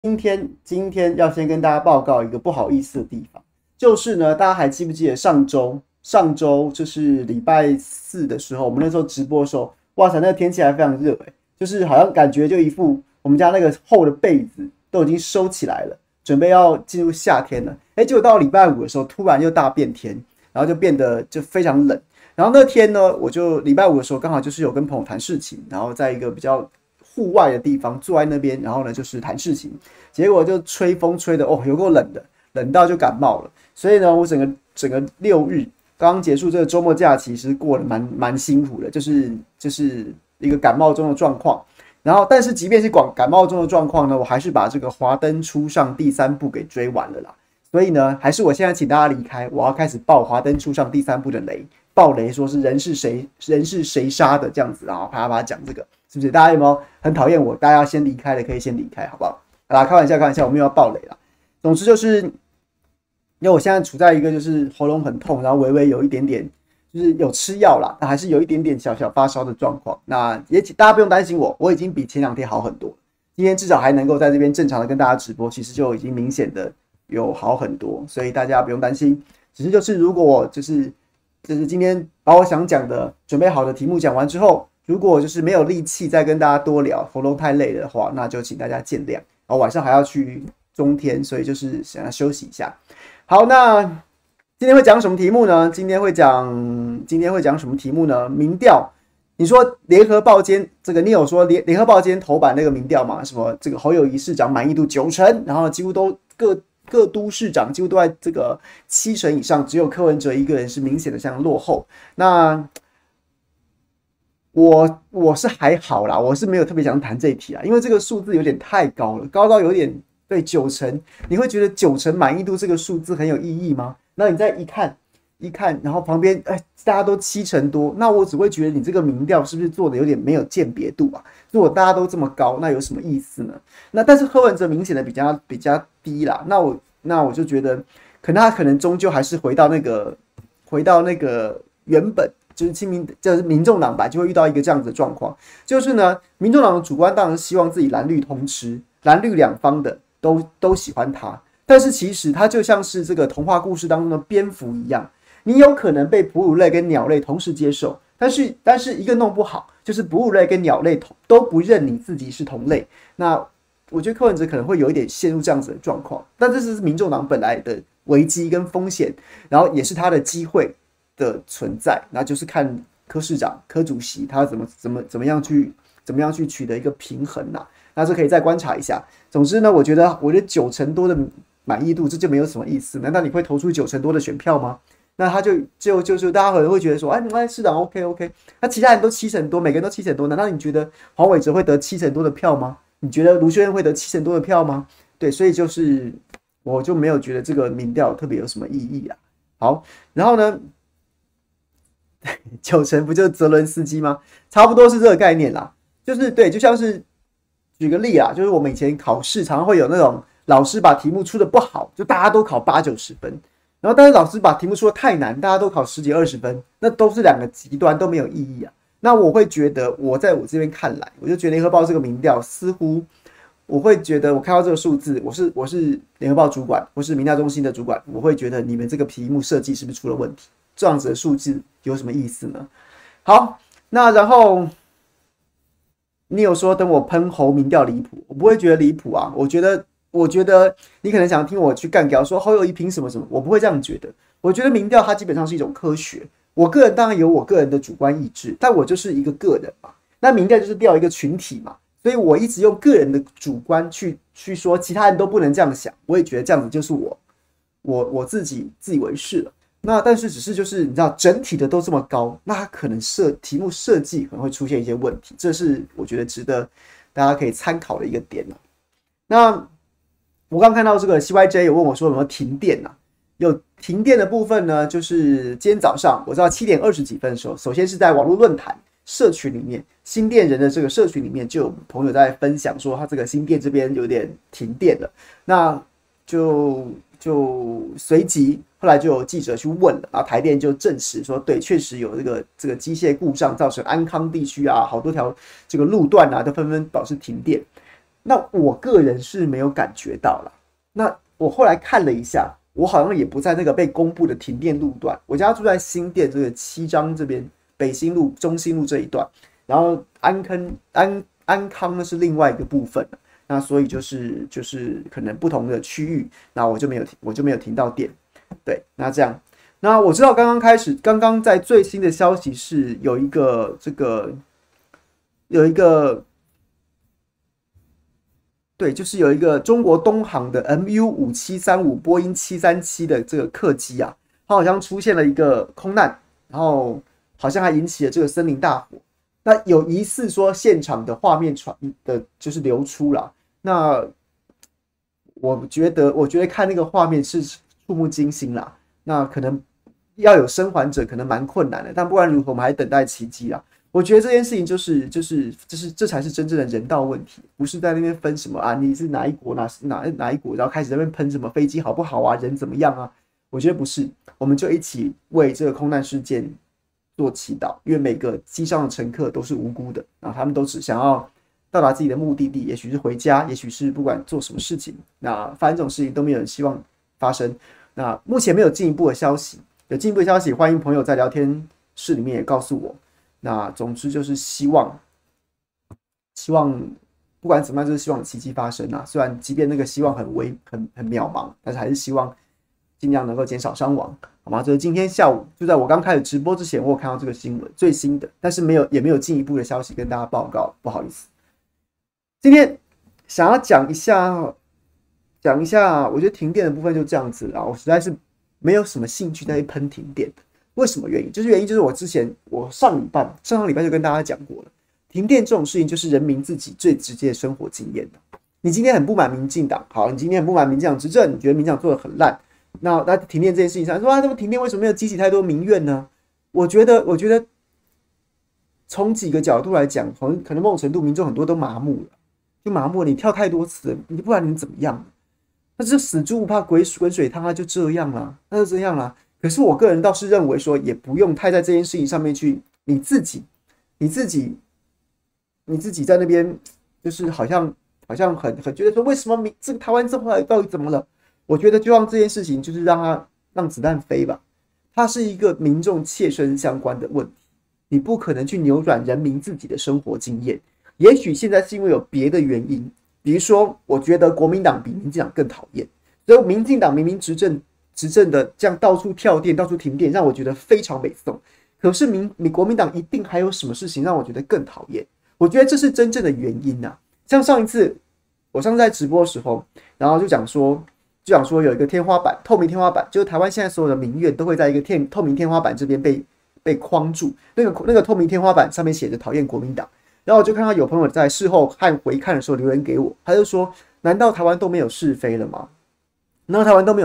今天要先跟大家报告一个不好意思的地方，就是呢，大家还记不记得上周就是礼拜四的时候，我们那时候直播的时候，哇塞，那个天气还非常热就是好像感觉就一副我们家那个厚的被子都已经收起来了，准备要进入夏天了。结果到礼拜五的时候，突然又大变天，然后就变得就非常冷。然后那天呢，我就礼拜五的时候刚好就是有跟朋友谈事情，然后在一个比较户外的地方坐在那边，然后呢就是谈事情，结果就吹风吹的有够冷的，冷到就感冒了。所以呢，我整个6日刚刚结束这个周末假期，其实过得蛮辛苦的，就是一个感冒中的状况。然后，但是即便是感冒中的状况呢，我还是把这个《华灯初上》第3部给追完了啦。所以呢，还是我现在请大家离开，我要开始爆《华灯初上》第3部的雷，爆雷说是人是谁杀的这样子，然后啪啪讲这个，是不是？大家有没有很讨厌我？大家要先离开的可以先离开，好不好？好啦，开玩笑，我们又要爆雷了。总之就是，因为我现在处在一个就是喉咙很痛，然后微微有一点点就是有吃药啦，还是有一点点小发烧的状况。那也大家不用担心我已经比前2天好很多。今天至少还能够在这边正常的跟大家直播，其实就已经明显的有好很多，所以大家不用担心。只是就是如果我就是今天把我想讲的准备好的题目讲完之后，如果就是没有力气再跟大家多聊，喉咙太累的话，那就请大家见谅。然后晚上还要去中天，所以就是想要休息一下。好，那今天会讲什么题目呢？今天会讲什么题目呢？民调。你说联合报今天这个，你有说联合报今天头版那个民调嘛？什么这个侯友宜市长满意度90%，然后几乎都各都市长几乎都在这个70%以上，只有柯文哲一个人是明显的像落后。那我是还好啦，我是没有特别想谈这一题啦，因为这个数字有点太高了，高到有点对90%，你会觉得90%满意度这个数字很有意义吗？那你再一看，然后旁边大家都70%多，那我只会觉得你这个民调是不是做的有点没有鉴别度啊？如果大家都这么高，那有什么意思呢？那但是柯文哲明显的比较低啦，那我就觉得，他可能终究还是回到那个原本就是就是民众党吧，就会遇到一个这样子的状况，就是呢，民众党的主观当然希望自己蓝绿通吃，蓝绿两方的都喜欢他，但是其实他就像是这个童话故事当中的蝙蝠一样。你有可能被哺乳类跟鸟类同时接受，但是一个弄不好，就是哺乳类跟鸟类都不认你自己是同类。那我觉得柯文哲可能会有一点陷入这样子的状况，但这是民众党本来的危机跟风险，然后也是他的机会的存在。那就是看柯市长、柯主席他怎么样去取得一个平衡啊。那这可以再观察一下。总之呢，我觉得90%多的满意度，这就没有什么意思。难道你会投出90%多的选票吗？那他就是大家可能会觉得说，市长 OK， 那其他人都70%多，每个人都70%多，难道你觉得黄伟哲会得70%多的票吗？你觉得卢秀燕会得70%多的票吗？对，所以就是我就没有觉得这个民调特别有什么意义啊。好，然后呢，90%不就是泽伦斯基吗？差不多是这个概念啦，就是对，就像是举个例啊，就是我们以前考试常常会有那种老师把题目出的不好，就大家都考80-90分。然后，但是老师把题目出的太难，大家都考10几20分，那都是两个极端，都没有意义啊。那我会觉得，在我这边看来，我就觉得联合报这个民调似乎，我会觉得我看到这个数字，我是联合报主管，我是民调中心的主管，我会觉得你们这个题目设计是不是出了问题？这样子的数字有什么意思呢？好，那然后你有说等我喷侯民调离谱，我不会觉得离谱啊，我觉得你可能想听我去干掉，说侯友宜凭什么什么，我不会这样觉得。我觉得民调它基本上是一种科学，我个人当然有我个人的主观意志，但我就是一个个人嘛。那民调就是调一个群体嘛，所以我一直用个人的主观去说，其他人都不能这样想。我也觉得这样子就是我自以为是了。那但是只是就是你知道整体的都这么高，那它可能题目设计可能会出现一些问题，这是我觉得值得大家可以参考的一个点啊。那我刚看到这个 CYJ 有问我说有没有停电啊？有停电的部分呢，就是今天早上我知道7点20几分的时候，首先是在网络论坛社群里面，新店人的这个社群里面就有朋友在分享说他这个新店这边有点停电了，那就随即后来就有记者去问了，然后台电就证实说，对，确实有这个机械故障，造成安康地区啊好多条这个路段啊都纷纷导致停电。 那我个人是没有感觉到了。那我后来看了一下，我好像也不在那个被公布的停电路段。我家住在新店这个七张这边，北新路、中心路这一段，然后安康呢是另外一个部分。那所以就是可能不同的区域，那我就没有停到电。对，那这样。那我知道刚刚在最新的消息是有一个对，就是有一个中国东航的 MU5735 波音737的这个客机啊，它好像出现了一个空难，然后好像还引起了这个森林大火。那有疑似说现场的画面就是流出了。那我觉得看那个画面是触目惊心啦。那可能要有生还者，可能蛮困难的。但不管如何，我们还等待奇迹啊。我觉得这件事情这才是真正的人道问题，不是在那边分什么啊，你是哪一国哪一国，然后开始在那边喷什么飞机好不好啊，人怎么样啊？我觉得不是，我们就一起为这个空难事件做祈祷，因为每个机上的乘客都是无辜的，然后他们都只想要到达自己的目的地，也许是回家，也许是不管做什么事情，那发生这种事情都没有人希望发生。那目前没有进一步的消息，有进一步的消息，欢迎朋友在聊天室里面也告诉我。那总之就是希望不管怎么样，就是希望奇迹发生啊。虽然即便那个希望很渺茫，但是还是希望尽量能够减少伤亡，好吗？就是今天下午，就在我刚开始直播之前，我有看到这个新闻最新的，但是也没有进一步的消息跟大家报告，不好意思。今天想要讲一下，我觉得停电的部分就这样子啦。我实在是没有什么兴趣在喷停电的。为什么原因？就是我上礼拜就跟大家讲过了，停电这种事情就是人民自己最直接的生活经验的。你今天很不满民进党，好，你今天很不满民进党执政，你觉得民进党做的很烂，那停电这件事情上说啊，这么停电为什么没有激起太多民怨呢？我觉得从几个角度来讲，可能某种程度民众很多都麻木了，就麻木了。你跳太多次了，你不然你怎么样？那就死猪不怕滚水烫啊，就这样啦，那就这样啦。可是我个人倒是认为说，也不用太在这件事情上面去，你自己在那边就是好像很觉得说，为什么这个台湾这么到底怎么了？我觉得就让这件事情就是让子弹飞吧，它是一个民众切身相关的问题，你不可能去扭转人民自己的生活经验。也许现在是因为有别的原因，比如说，我觉得国民党比民进党更讨厌，所以民进党明明执政的这样到处跳电、到处停电，让我觉得非常北宋。可是国民党一定还有什么事情让我觉得更讨厌？我觉得这是真正的原因啊。像我上次在直播的时候，然后就讲说有一个天花板，透明天花板，就是台湾现在所有的民怨都会在一个透明天花板这边被框住。那个透明天花板上面写着讨厌国民党。然后我就看到有朋友在事后和回看的时候留言给我，他就说：难道台湾都没有是非了吗？难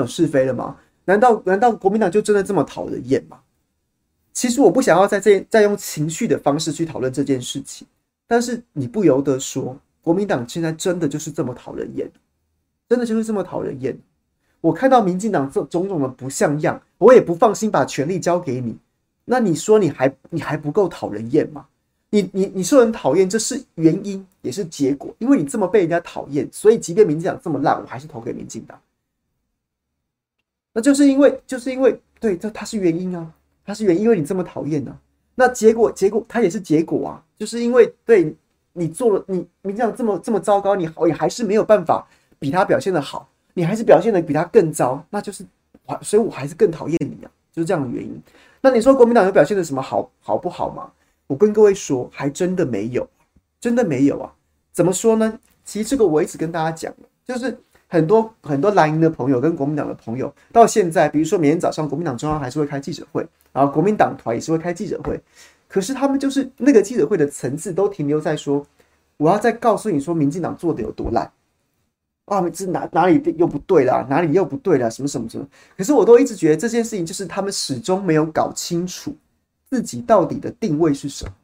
道国民党就真的这么讨人厌吗？其实我不想要再用情绪的方式去讨论这件事情，但是你不由得说，国民党现在真的就是这么讨人厌，真的就是这么讨人厌。我看到民进党这种种的不像样，我也不放心把权力交给你。那你说你还不够讨人厌吗？你受人讨厌，这是原因也是结果，因为你这么被人家讨厌，所以即便民进党这么烂，我还是投给民进党。那就是因为对，它是原因啊，它是原因，因为你这么讨厌啊。那结果它也是结果啊，就是因为对你做了民进党这么糟糕，你还是没有办法比他表现的好，你还是表现的比他更糟，那就是所以我还是更讨厌你啊，就是这样的原因。那你说国民党有表现的什么好不好吗？我跟各位说，还真的没有，真的没有啊。怎么说呢？其实这个我一直跟大家讲，就是很多蓝营的朋友跟国民党的朋友，到现在，比如说每天早上国民党中央还是会开记者会，然后国民党团也是会开记者会，可是他们就是那个记者会的层次都停留在说，我要再告诉你说民进党做的有多烂啊，这哪里又不对啦，哪里又不对啦，什么什么什么。可是我都一直觉得这件事情就是他们始终没有搞清楚自己到底的定位是什么，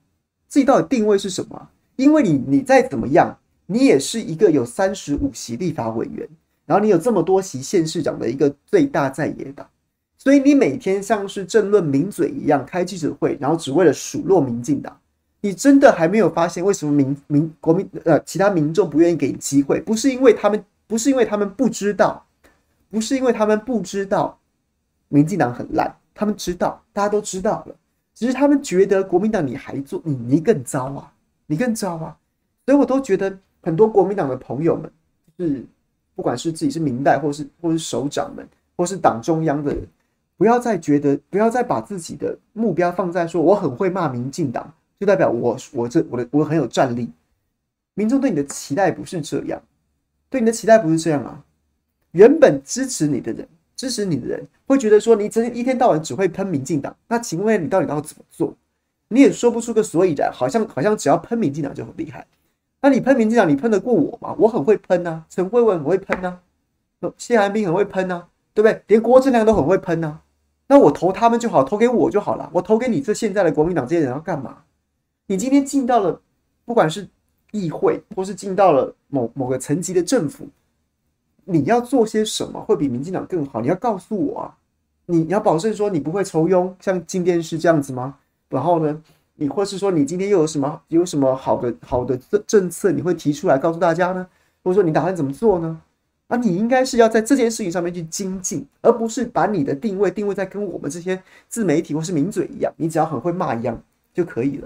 因为你再怎么样，你也是一个有35席立法委员，然后你有这么多席县市长的一个最大在野党，所以你每天像是政论名嘴一样开记者会，然后只为了数落民进党， 你真的还没有发现为什么国民其他民众不愿意给你机会？不是因为他们不知道，不是因为他们不知道民进党很烂，他们知道，大家都知道了，只是他们觉得国民党你还做，你更糟啊，你更糟啊！所以我都觉得很多国民党的朋友们，就是不管是自己是民代，或是首长们，或是党中央的人，不要再把自己的目标放在说我很会骂民进党，就代表我很有战力。民众对你的期待不是这样，对你的期待不是这样啊！原本支持你的人会觉得说你一天到晚只会喷民进党，那请问你到底要怎么做？你也说不出个所以然，好像只要喷民进党就很厉害。那你喷民进党，你喷得过我吗？我很会喷啊，陈慧文很会喷啊，谢寒冰很会喷啊，对不对？连郭正亮都很会喷啊。那我投他们就好，投给我就好了。我投给你这现在的国民党这些人要干嘛？你今天进到了，不管是议会，或是进到了某个层级的政府，你要做些什么会比民进党更好？你要告诉我啊！你要保证说你不会酬庸，像进电视这样子吗？然后呢，你或是说你今天又有什么好的政策，你会提出来告诉大家呢？或者说你打算怎么做呢？啊，你应该是要在这件事情上面去精进，而不是把你的定位在跟我们这些自媒体或是名嘴一样，你只要很会骂一样就可以了。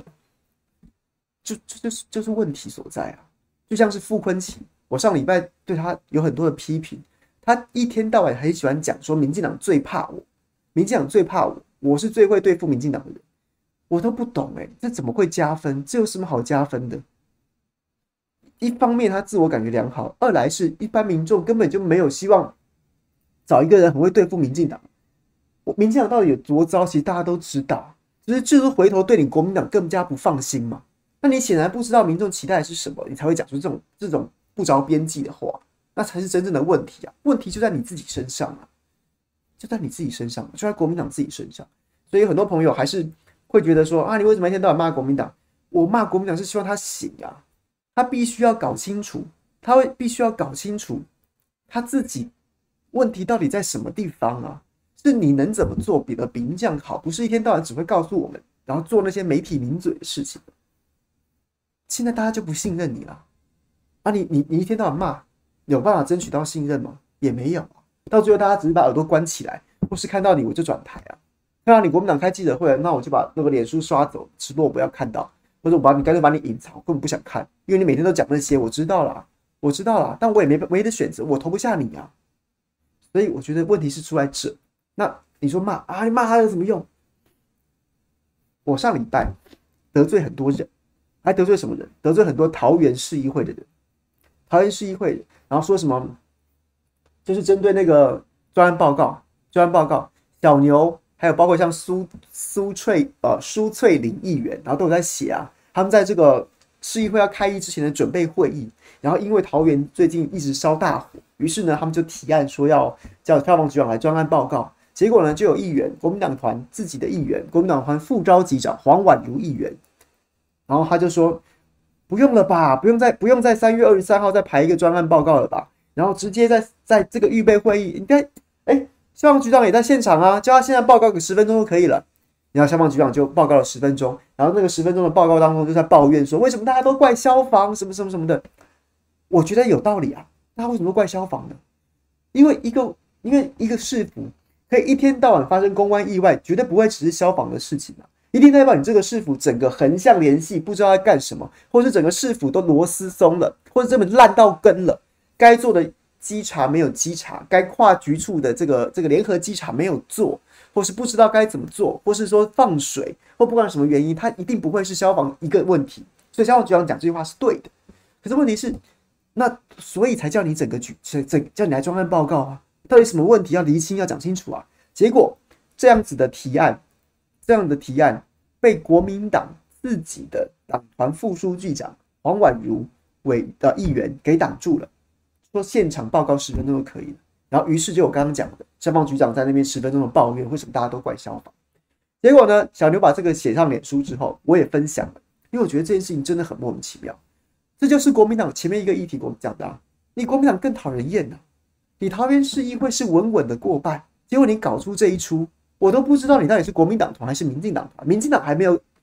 就是问题所在啊！就像是傅昆萁，我上礼拜对他有很多的批评，他一天到晚很喜欢讲说民进党最怕我，民进党最怕我，我是最会对付民进党的人，我都不懂这怎么会加分？这有什么好加分的？一方面他自我感觉良好，二来是一般民众根本就没有希望找一个人很会对付民进党。民进党到底有多糟，其实大家都知道，就是回头对你国民党更加不放心嘛。那你显然不知道民众期待的是什么，你才会讲出这种不着边际的话，那才是真正的问题啊！问题就在你自己身上啊，就在你自己身上，就在国民党自己身上。所以很多朋友还是会觉得说啊，你为什么一天到晚骂国民党？我骂国民党是希望他醒啊，他必须要搞清楚，必须要搞清楚他自己问题到底在什么地方啊？是你能怎么做比民这样好，不是一天到晚只会告诉我们，然后做那些媒体名嘴的事情。现在大家就不信任你了啊！你一天到晚骂，有办法争取到信任吗？也没有啊！到最后大家只是把耳朵关起来，或是看到你我就转台啊，看到你国民党开记者会，那我就把那个脸书刷走，直播我不要看到，或者我干脆把你隐藏，根本不想看，因为你每天都讲那些，我知道啦，但我也没得选择，我投不下你啊！所以我觉得问题是出来这。那你说骂啊，你骂他有什么用？我上礼拜得罪很多人。还得罪什么人？得罪很多桃园市议会的人，然后说什么，就是针对那个专案报告，小牛，还有包括像苏翠玲议员，然后都有在写啊，他们在这个市议会要开议之前的准备会议，然后因为桃园最近一直烧大火，于是呢，他们就提案说要叫消防局长来专案报告，结果呢，就有议员，国民党团自己的议员，国民党团副召集长黄婉如议员。然后他就说，不用了吧，不用在3月23号再排一个专案报告了吧？然后直接在这个预备会议，应该，消防局长也在现场啊，叫他现在报告个10分钟就可以了。然后消防局长就报告了10分钟，然后那个10分钟的报告当中就在抱怨说，为什么大家都怪消防什么什么什么的？我觉得有道理啊，那为什么怪消防呢？因为一个市府可以一天到晚发生公安意外，绝对不会只是消防的事情啊。一定代表你这个市府整个横向联系不知道在干什么，或是整个市府都螺丝松了，或者根本烂到根了，该做的稽查没有稽查，该跨局处的这个联合稽查没有做，或是不知道该怎么做，或是说放水，或不管什么原因，它一定不会是消防一个问题。所以消防局长讲这句话是对的，可是问题是，那所以才叫你叫你来专案报告啊，到底什么问题要厘清要讲清楚啊？结果这样的提案被国民党自己的党团副书记长黄婉如议员给挡住了，说现场报告10分钟就可以了。然后于是就我刚刚讲的，消防局长在那边10分钟的抱怨，为什么大家都怪消防？结果呢，小牛把这个写上脸书之后，我也分享了，因为我觉得这件事情真的很莫名其妙。这就是国民党前面一个议题我们讲的啊，你国民党更讨人厌啊！你桃园市议会是稳稳的过半，结果你搞出这一出。我都不知道你到底是国民党团还是民进党团，民进党还没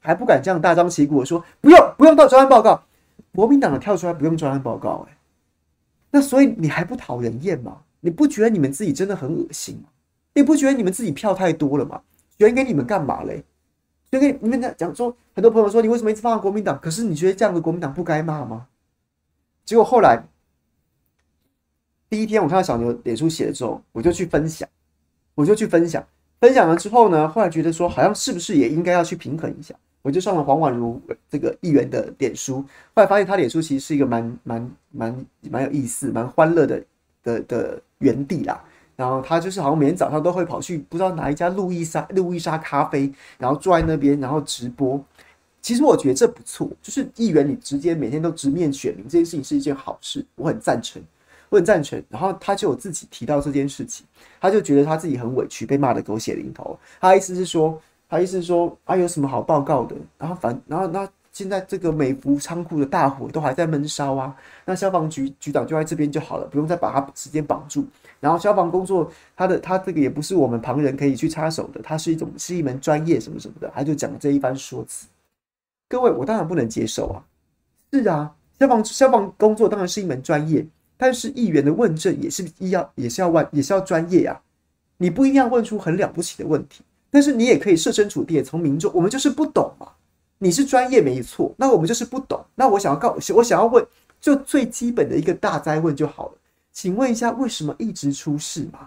还不敢这样大张旗鼓的说不用到专案报告，国民党的跳出来不用专案报告，那所以你还不讨人厌吗？你不觉得你们自己真的很恶心吗？你不觉得你们自己票太多了吗？选给你们干嘛嘞？选给你们讲说，很多朋友说你为什么一直骂国民党？可是你觉得这样的国民党不该骂吗？结果后来第一天我看到小牛脸书写了之后，我就去分享，分享了之后呢，后来觉得说好像是不是也应该要去平衡一下，我就上了黄婉如这个议员的脸书，后来发现他脸书其实是一个蛮有意思、蛮欢乐的园地啦。然后他就是好像每天早上都会跑去不知道哪一家路易莎咖啡，然后坐在那边然后直播。其实我觉得这不错，就是议员你直接每天都直面选民这件事情是一件好事，我很赞成。然后他就有自己提到这件事情，他就觉得他自己很委屈，被骂得狗血淋头。他的意思是说啊，有什么好报告的？然后那现在这个美孚仓库的大火都还在闷烧啊，那消防局长就在这边就好了，不用再把他时间绑住。然后消防工作，他这个也不是我们旁人可以去插手的，它是一门专业什么什么的，他就讲这一番说辞。各位，我当然不能接受啊！是啊，消防工作当然是一门专业。但是议员的问政也是要专业啊，你不一定要问出很了不起的问题，但是你也可以设身处地的从民众，我们就是不懂嘛，你是专业没错，那我们就是不懂，那我想要问，就最基本的一个大哉问就好了，请问一下，为什么一直出事嘛？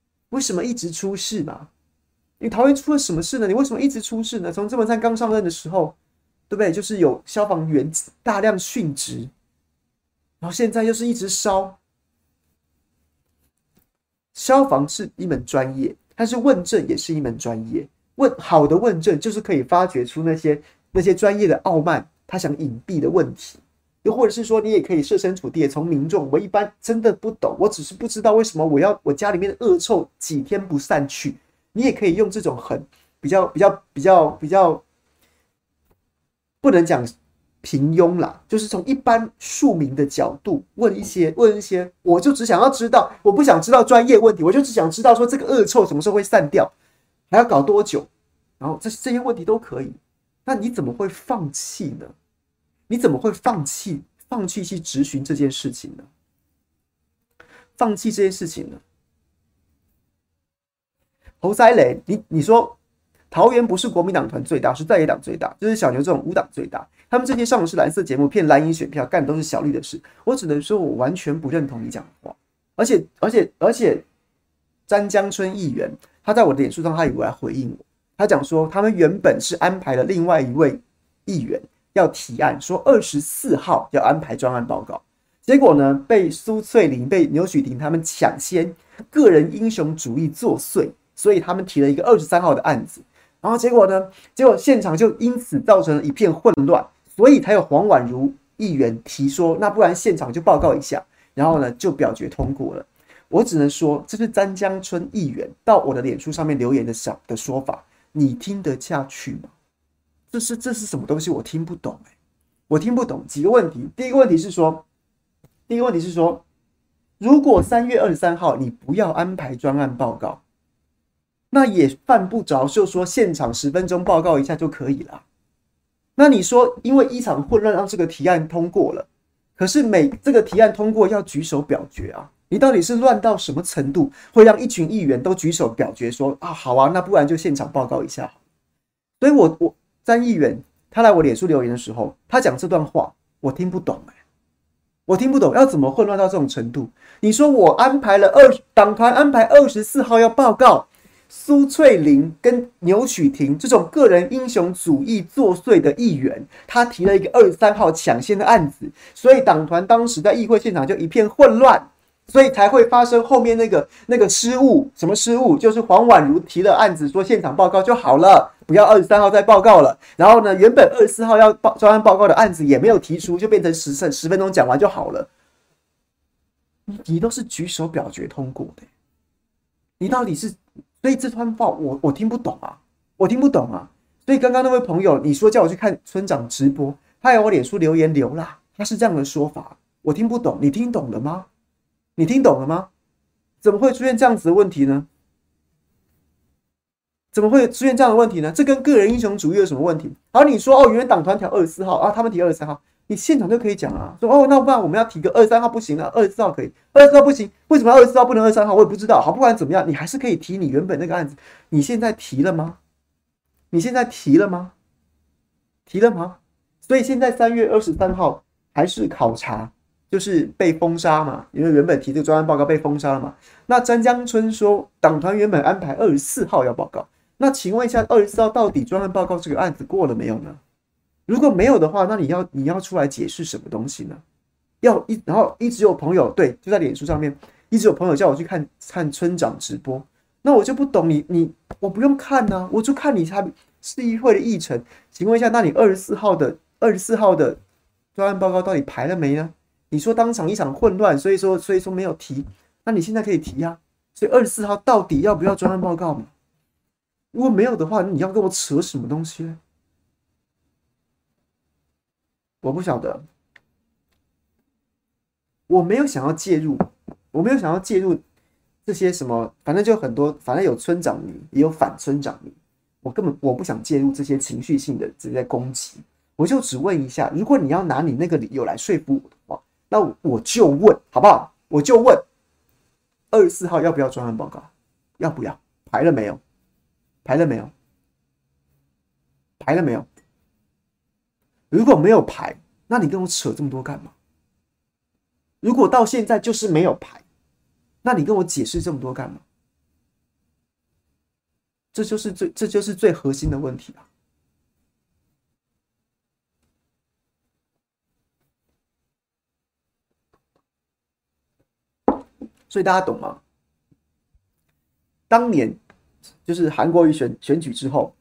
你桃园出了什么事呢？你为什么一直出事呢？从郑文灿刚上任的时候，对不对？就是有消防员大量殉职。然后现在又是一直烧，消防是一门专业，但是问政也是一门专业。好的问政就是可以发掘出那些专业的傲慢，他想隐蔽的问题，又或者是说你也可以设身处地的从民众，我一般真的不懂，我只是不知道为什么我家里面的恶臭几天不散去，你也可以用这种很比较不能讲。平庸啦，就是从一般庶民的角度问一些，我就只想要知道，我不想知道专业问题，我就只想知道说这个恶臭什么时候会散掉，还要搞多久，然后这些问题都可以，那你怎么会放弃呢？你怎么会放弃去质询这件事情呢？侯赛雷，你说桃园不是国民党团最大，是在野党最大，就是小牛这种无党最大。他们这些上的是蓝色节目，骗蓝营选票，干的都是小绿的事。我只能说，我完全不认同你讲的话。而且，詹江春议员他在我的脸书上，他有来回应我，他讲说，他们原本是安排了另外一位议员要提案，说24号要安排专案报告，结果呢，被苏翠玲、被牛许婷他们抢先，个人英雄主义作祟，所以他们提了一个23号的案子。然后结果现场就因此造成了一片混乱。所以才有黄婉如议员提说，那不然现场就报告一下，然后呢就表决通过了。我只能说，这是詹江春议员到我的脸书上面留言的说法，你听得下去吗？这是什么东西？我听不懂我听不懂。几个问题，第一个问题是说，如果3月23号你不要安排专案报告，那也犯不着就说现场10分钟报告一下就可以了。那你说，因为一场混乱让这个提案通过了，可是这个提案通过要举手表决啊，你到底是乱到什么程度，会让一群议员都举手表决说啊，好啊，那不然就现场报告一下。所以詹议员他来我脸书留言的时候，他讲这段话，我听不懂我听不懂要怎么混乱到这种程度。你说我安排了党团安排24号要报告。苏翠玲跟牛许婷这种个人英雄主义作祟的议员，他提了一个23号抢先的案子，所以党团当时在议会现场就一片混乱，所以才会发生后面那个失误。什么失误？就是黄婉如提了案子说现场报告就好了，不要23号再报告了。然后呢，原本24号要专案报告的案子也没有提出，就变成10分钟讲完就好了。你都是举手表决通过的，你到底是？所以这段话我听不懂啊，所以刚刚那位朋友，你说叫我去看村长直播，他有我脸书留言留啦，他是这样的说法，我听不懂，你听懂了吗？怎么会出现这样子的问题呢？ 怎么会出现这样的问题呢？这跟个人英雄主义有什么问题？好，你说原来党团调24号啊，他们提23号，你现场就可以讲啊，说那不然我们要提个23号不行了，24号可以，24号不行，为什么要24号不能23号？我也不知道。好，不管怎么样，你还是可以提你原本那个案子。你现在提了吗？你现在提了吗？提了吗？所以现在3月23号还是考察，就是被封杀嘛，因为原本提这个专案报告被封杀了嘛。那詹江春说，党团原本安排24号要报告。那请问一下，24号到底专案报告这个案子过了没有呢？如果没有的话，那你要出来解释什么东西呢？然后一直有朋友对，就在脸书上面，一直有朋友叫我去看村长直播，那我就不懂我不用看啊，我就看你市议会的议程。请问一下，那你24号的专案报告到底排了没呢？你说当场一场混乱，所以说没有提，那你现在可以提啊。所以24号到底要不要专案报告嘛？如果没有的话，你要跟我扯什么东西呢？我不晓得，我没有想要介入，这些什么，反正就很多，反正有村长迷，也有反村长迷，我不想介入这些情绪性的这些攻击，我就只问一下，如果你要拿你那个理由来说服我的话，那我就问好不好？我就问24号要不要专案报告？要不要？排了没有？排了没有？排了没有？如果没有排，那你跟我扯这么多干嘛？如果到现在就是没有排，那你跟我解释这么多干嘛？这就是最核心的问题啊！所以大家懂吗？当年就是韩国瑜选举之后，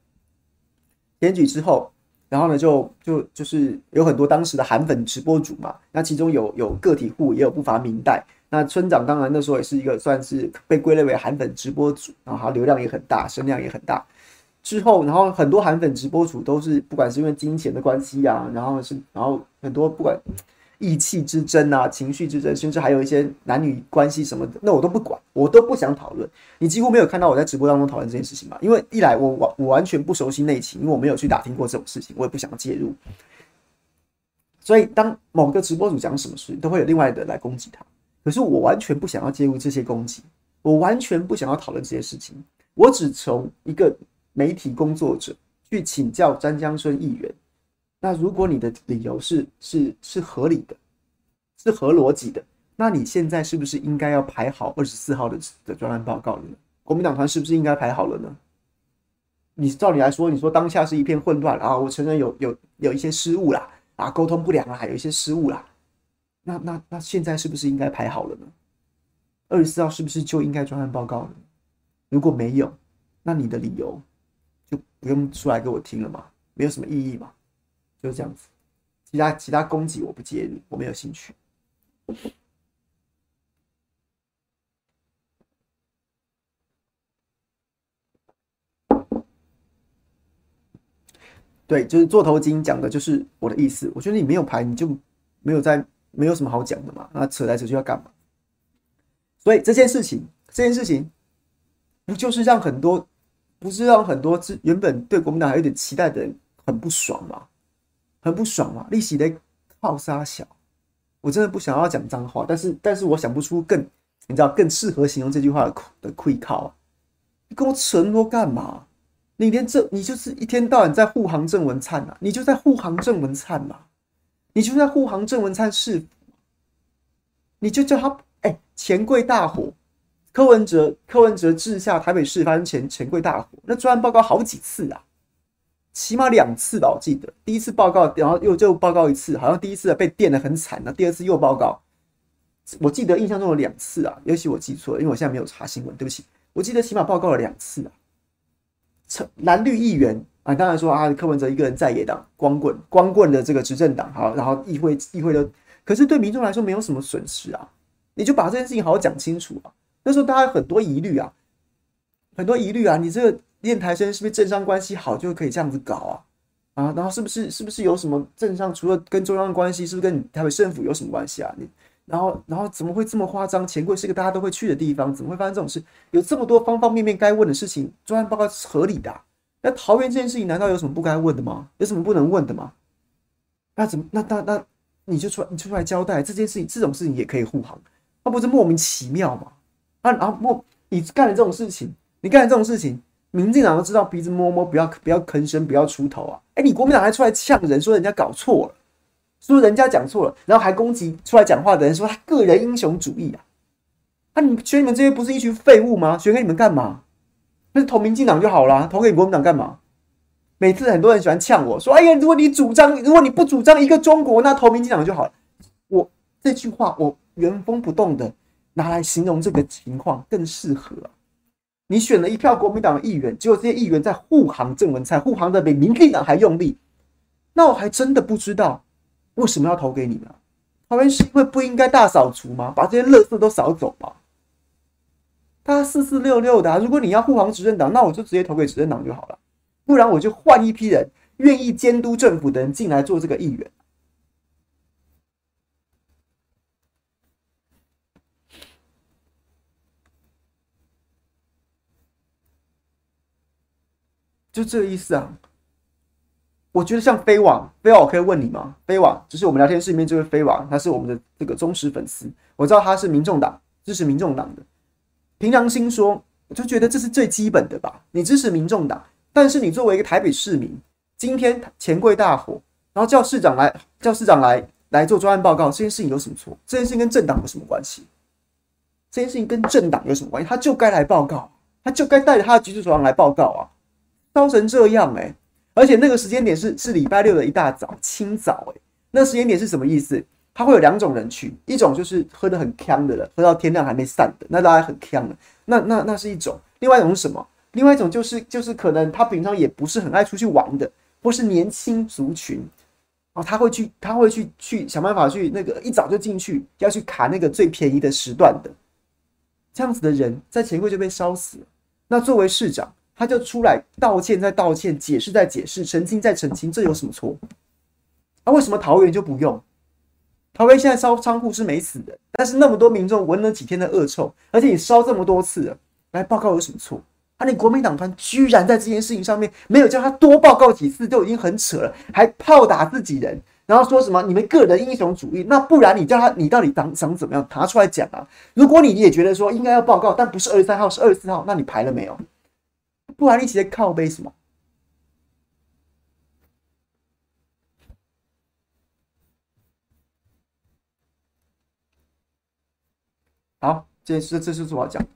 然后呢就是有很多当时的韩粉直播主嘛，那其中有个体户，也有不乏明代。那村长当然那时候也是一个算是被归类为韩粉直播主，然后他流量也很大，声量也很大。之后，然后很多韩粉直播主都是不管是因为金钱的关系啊，然后很多不管义气之争啊、情绪之争，甚至还有一些男女关系什么的，那我都不管，我都不想讨论。你几乎没有看到我在直播当中讨论这件事情嘛？因为一来我完全不熟悉内情，因为我没有去打听过这种事情，我也不想介入。所以当某个直播主讲什么事，都会有另外的人来攻击他。可是我完全不想要介入这些攻击，我完全不想要讨论这些事情。我只从一个媒体工作者去请教詹江村议员。那如果你的理由是合理的，是合逻辑的，那你现在是不是应该要排好24号的专案报告了呢？国民党团是不是应该排好了呢？你照理来说，你说当下是一片混乱啊，我承认有一些失误啦，啊，沟通不良啊，还有一些失误啦。那现在是不是应该排好了呢？24号是不是就应该专案报告了？如果没有，那你的理由就不用出来给我听了嘛，没有什么意义嘛，就是这样子。其他攻击我不介入，我没有兴趣。对，就是座头鲸讲的就是我的意思。我觉得你没有排，你就没有什么好讲的嘛。那扯来扯去要干嘛？所以这件事情不就是让很多原本对国民党还有点期待的人很不爽吗？很不爽嘛！利息的靠杀小，我真的不想要讲脏话，但是我想不出你知道更适合形容这句话的愧靠啊！你跟我扯那么多干嘛？你就是一天到晚在护航郑文灿啊！你就在护航郑文灿嘛！你就在护航郑文灿市府，你就叫他钱柜大火，柯文哲治下台北市发生钱柜大火，那专案报告好几次啊，起码2次吧，我记得第一次报告，然后又报告一次，好像第一次被电得很惨，第二次又报告，我记得印象中有2次啊，也许我记错了，因为我现在没有查新闻，对不起，我记得起码报告了2次啊。蓝绿议员啊，当然说啊，柯文哲一个人在野党光棍的这个执政党，好，然后议会的，可是对民众来说没有什么损失啊，你就把这件事情好好讲清楚啊。那时候大家有很多疑虑啊，你这个练台生是不是政商关系好就可以这样子搞啊？然后是不是有什么政商除了跟中央关系，是不是跟台北政府有什么关系啊？ 然后怎么会这么夸张？钱柜是个大家都会去的地方，怎么会发生这种事？有这么多方方面面该问的事情，专案报告是合理的啊。那桃园这件事情难道有什么不该问的吗？有什么不能问的吗？那怎么那你出来交代这件事情，这种事情也可以护航，那不是莫名其妙吗？然后你干了这种事情，民进党都知道鼻子摸摸，不要吭声，不要出头啊！你国民党还出来呛人，说人家搞错了，说人家讲错了，然后还攻击出来讲话的人，说他个人英雄主义啊！你选你们这些不是一群废物吗？选给你们干嘛？那是投民进党就好啦，投给你国民党干嘛？每次很多人喜欢呛我说：“哎呀，如果你不主张一个中国，那投民进党就好了。”我这句话我原封不动的拿来形容这个情况更适合啊！你选了一票国民党的议员，结果这些议员在护航郑文灿，护航的比民进党还用力，那我还真的不知道为什么要投给你们啊？桃园市议会不应该大扫除吗？把这些垃圾都扫走吗？大家4466的啊！如果你要护航执政党，那我就直接投给执政党就好了。不然我就换一批人愿意监督政府的人进来做这个议员。就这个意思啊。我觉得像飞网我可以问你吗？飞网就是我们聊天室里面这位飞网，他是我们的这个忠实粉丝，我知道他是民众党支持民众党的。凭良心说，我就觉得这是最基本的吧。你支持民众党，但是你作为一个台北市民，今天钱柜大火，然后叫市长来做专案报告，这件事情有什么错？这件事情跟政党有什么关系？这件事情跟政党有什么关系？他就该来报告，他就该带着他的局处首长来报告啊！烧成这样而且那个时间点是礼拜六的一大早清早那时间点是什么意思？他会有两种人去，一种就是喝得很呛的人，喝到天亮还没散的，那大家很呛的，那是一种；另外一种是什么？另外一种就是可能他平常也不是很爱出去玩的，或是年轻族群他会去想办法去那个一早就进去，要去卡那个最便宜的时段的，这样子的人在钱柜就被烧死了。那作为市长，他就出来道歉再道歉，解释再解释，澄清再澄清，这有什么错？为什么桃园就不用？桃园现在烧仓库是没死的，但是那么多民众闻了几天的恶臭，而且你烧这么多次了，来报告有什么错？你国民党团居然在这件事情上面没有叫他多报告几次，就已经很扯了，还炮打自己人，然后说什么你们个人英雄主义？那不然你叫他，你到底长怎么样？拿出来讲啊！如果你也觉得说应该要报告，但不是23号，是24号，那你排了没有？不然你直接靠背什么？好，这是我要讲。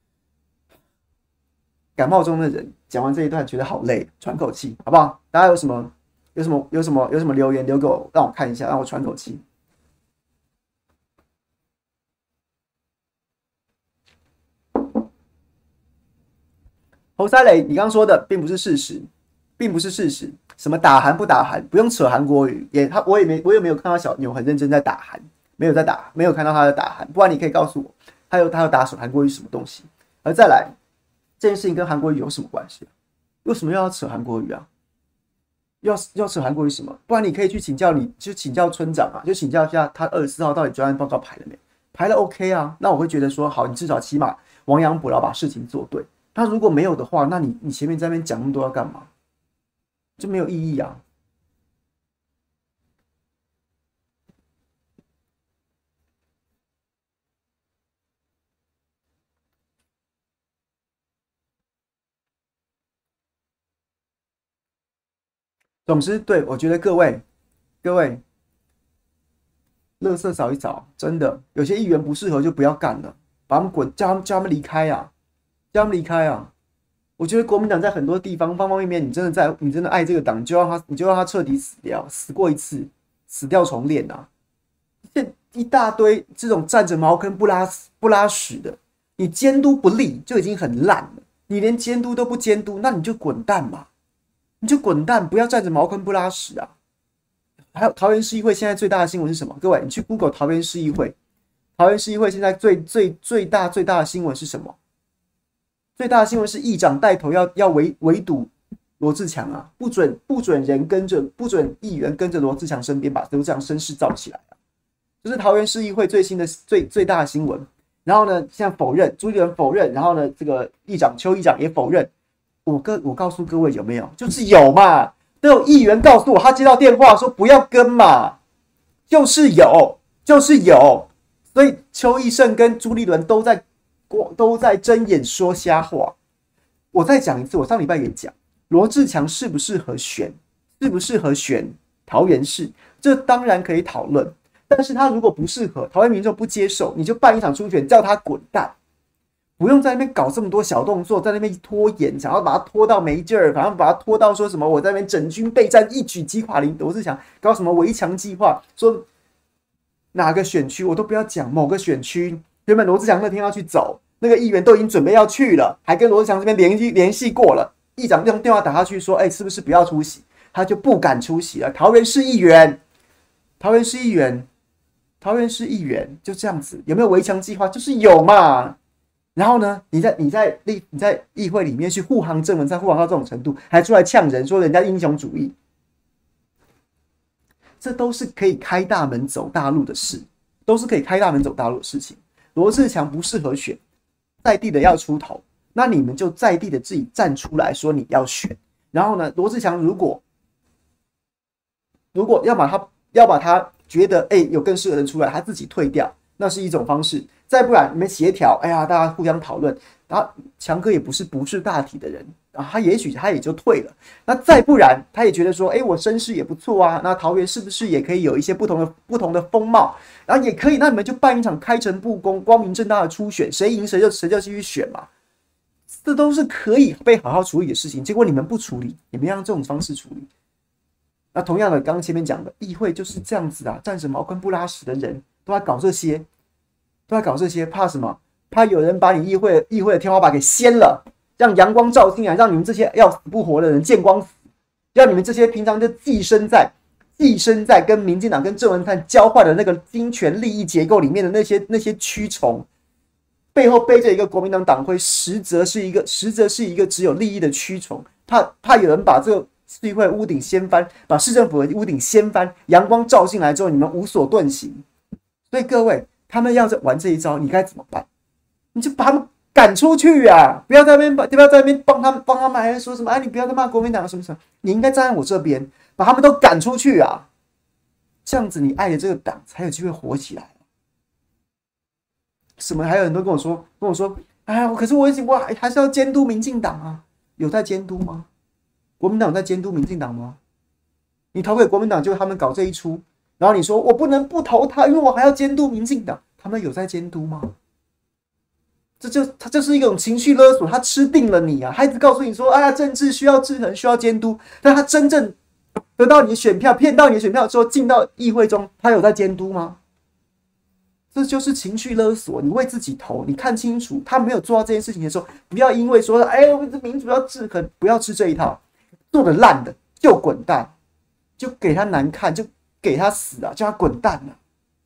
感冒中的人讲完这一段觉得好累，喘口气，好不好？大家有什么留言留给我，让我看一下，让我喘口气。侯赛雷，你刚刚说的并不是事实，并不是事实。什么打韩不打韩，不用扯韩国语，我也没有看到小牛很认真在打韩，没有看到他在打韩。不然你可以告诉我，他有打韩国语什么东西？而再来，这件事情跟韩国语有什么关系？为什么又要扯韩国语啊？要扯韩国语什么？不然你可以去请教村长啊，就请教一下他24号到底专案报告排了没？排了 OK 啊，那我会觉得说好，你至少起码亡羊补牢，把事情做对。那如果没有的话，那你前面在那边讲那么多要干嘛？就没有意义啊。总之，对我觉得各位，垃圾扫一扫，真的有些议员不适合就不要干了，把他们滚，叫他们离开啊，叫他们离开啊。我觉得国民党在很多地方方方面面，你真的爱这个党，你就让他彻底死掉，死过一次，死掉重练啊！这一大堆这种占着茅坑不拉屎的，你监督不力就已经很烂了，你连监督都不监督，那你就滚蛋嘛！你就滚蛋，不要占着茅坑不拉屎啊！还有桃园市议会现在最大的新闻是什么？各位，你去 Google 桃园市议会，桃园市议会现在最大的新闻是什么？最大的新闻是议长带头要围堵罗智强啊，不准议员跟着罗智强身边，把罗智强声势造起来啊！ 就是桃园市议会最新的最大的新闻。然后呢，现在否认，朱立伦否认，然后呢，这个邱议长也否认。我告诉各位有没有？就是有嘛，都有议员告诉我，他接到电话说不要跟嘛，就是有，就是有。所以邱义胜跟朱立伦都在睁眼说瞎话。我再讲一次，我上礼拜也讲，罗智强适不适合选桃园市，这当然可以讨论。但是他如果不适合，桃园民众不接受，你就办一场初选，叫他滚蛋，不用在那边搞这么多小动作，在那边拖延，想要把他拖到没劲儿，反正把他拖到说什么我在那边整军备战，一举击垮罗智强，搞什么围墙计划，说哪个选区我都不要讲，某个选区原本罗智强那天要去走，那个议员都已经准备要去了，还跟罗智强这边联系过了，议长用电话打下去说，是不是不要出席？他就不敢出席了。桃园市议员就这样子，有没有围墙计划？就是有嘛。然后呢，你在议会里面去护航郑文灿，护航到这种程度，还出来呛人，说人家英雄主义，这都是可以开大门走大路的事，都是可以开大门走大路的事情。罗智强不适合选，在地的要出头，那你们就在地的自己站出来说你要选。然后呢，罗智强如果要把他觉得有更适合的出来，他自己退掉，那是一种方式。再不然你们协调，大家互相讨论，然后强哥也不是大体的人，他也许他也就退了。那再不然他也觉得说，我声势也不错啊，那桃园是不是也可以有一些不同的风貌？然后也可以，那你们就办一场开诚布公、光明正大的初选，谁赢谁就继续选嘛。这都是可以被好好处理的事情。结果你们不处理，你们用这种方式处理。那同样的，刚刚前面讲的，议会就是这样子啊，站着茅坑不拉屎的人都在搞这些，怕什么？怕有人把你议会的天花板给掀了，让阳光照进来，让你们这些要死不活的人见光死，让你们这些平常就寄生在跟民进党跟郑文灿交换的那个金权利益结构里面的那些蛆虫，背后背着一个国民党党徽，实则是一个只有利益的蛆虫，怕有人把这个市议会屋顶掀翻，把市政府的屋顶掀翻，阳光照进来之后，你们无所遁形。所以各位，他们要玩这一招，你该怎么办？你就把他们赶出去啊！不要在那边帮他们，还说什么？你不要再骂国民党什么什么，你应该站在我这边，把他们都赶出去啊！这样子，你爱的这个党才有机会活起来。什么？还有很多跟我说，可是我还是要监督民进党啊！有在监督吗？国民党有在监督民进党吗？你投给国民党，就他们搞这一出，然后你说我不能不投他，因为我还要监督民进党，他们有在监督吗？他就是一种情绪勒索，他吃定了你啊！他一直告诉你说，政治需要制衡，需要监督，但他真正得到你的选票，骗到你的选票之后，进到议会中，他有在监督吗？这就是情绪勒索，你为自己投，你看清楚，他没有做到这件事情的时候，不要因为说，我们民主要制衡，不要吃这一套，做的烂的就滚蛋，就给他难看，就给他死啊，叫他滚蛋啊！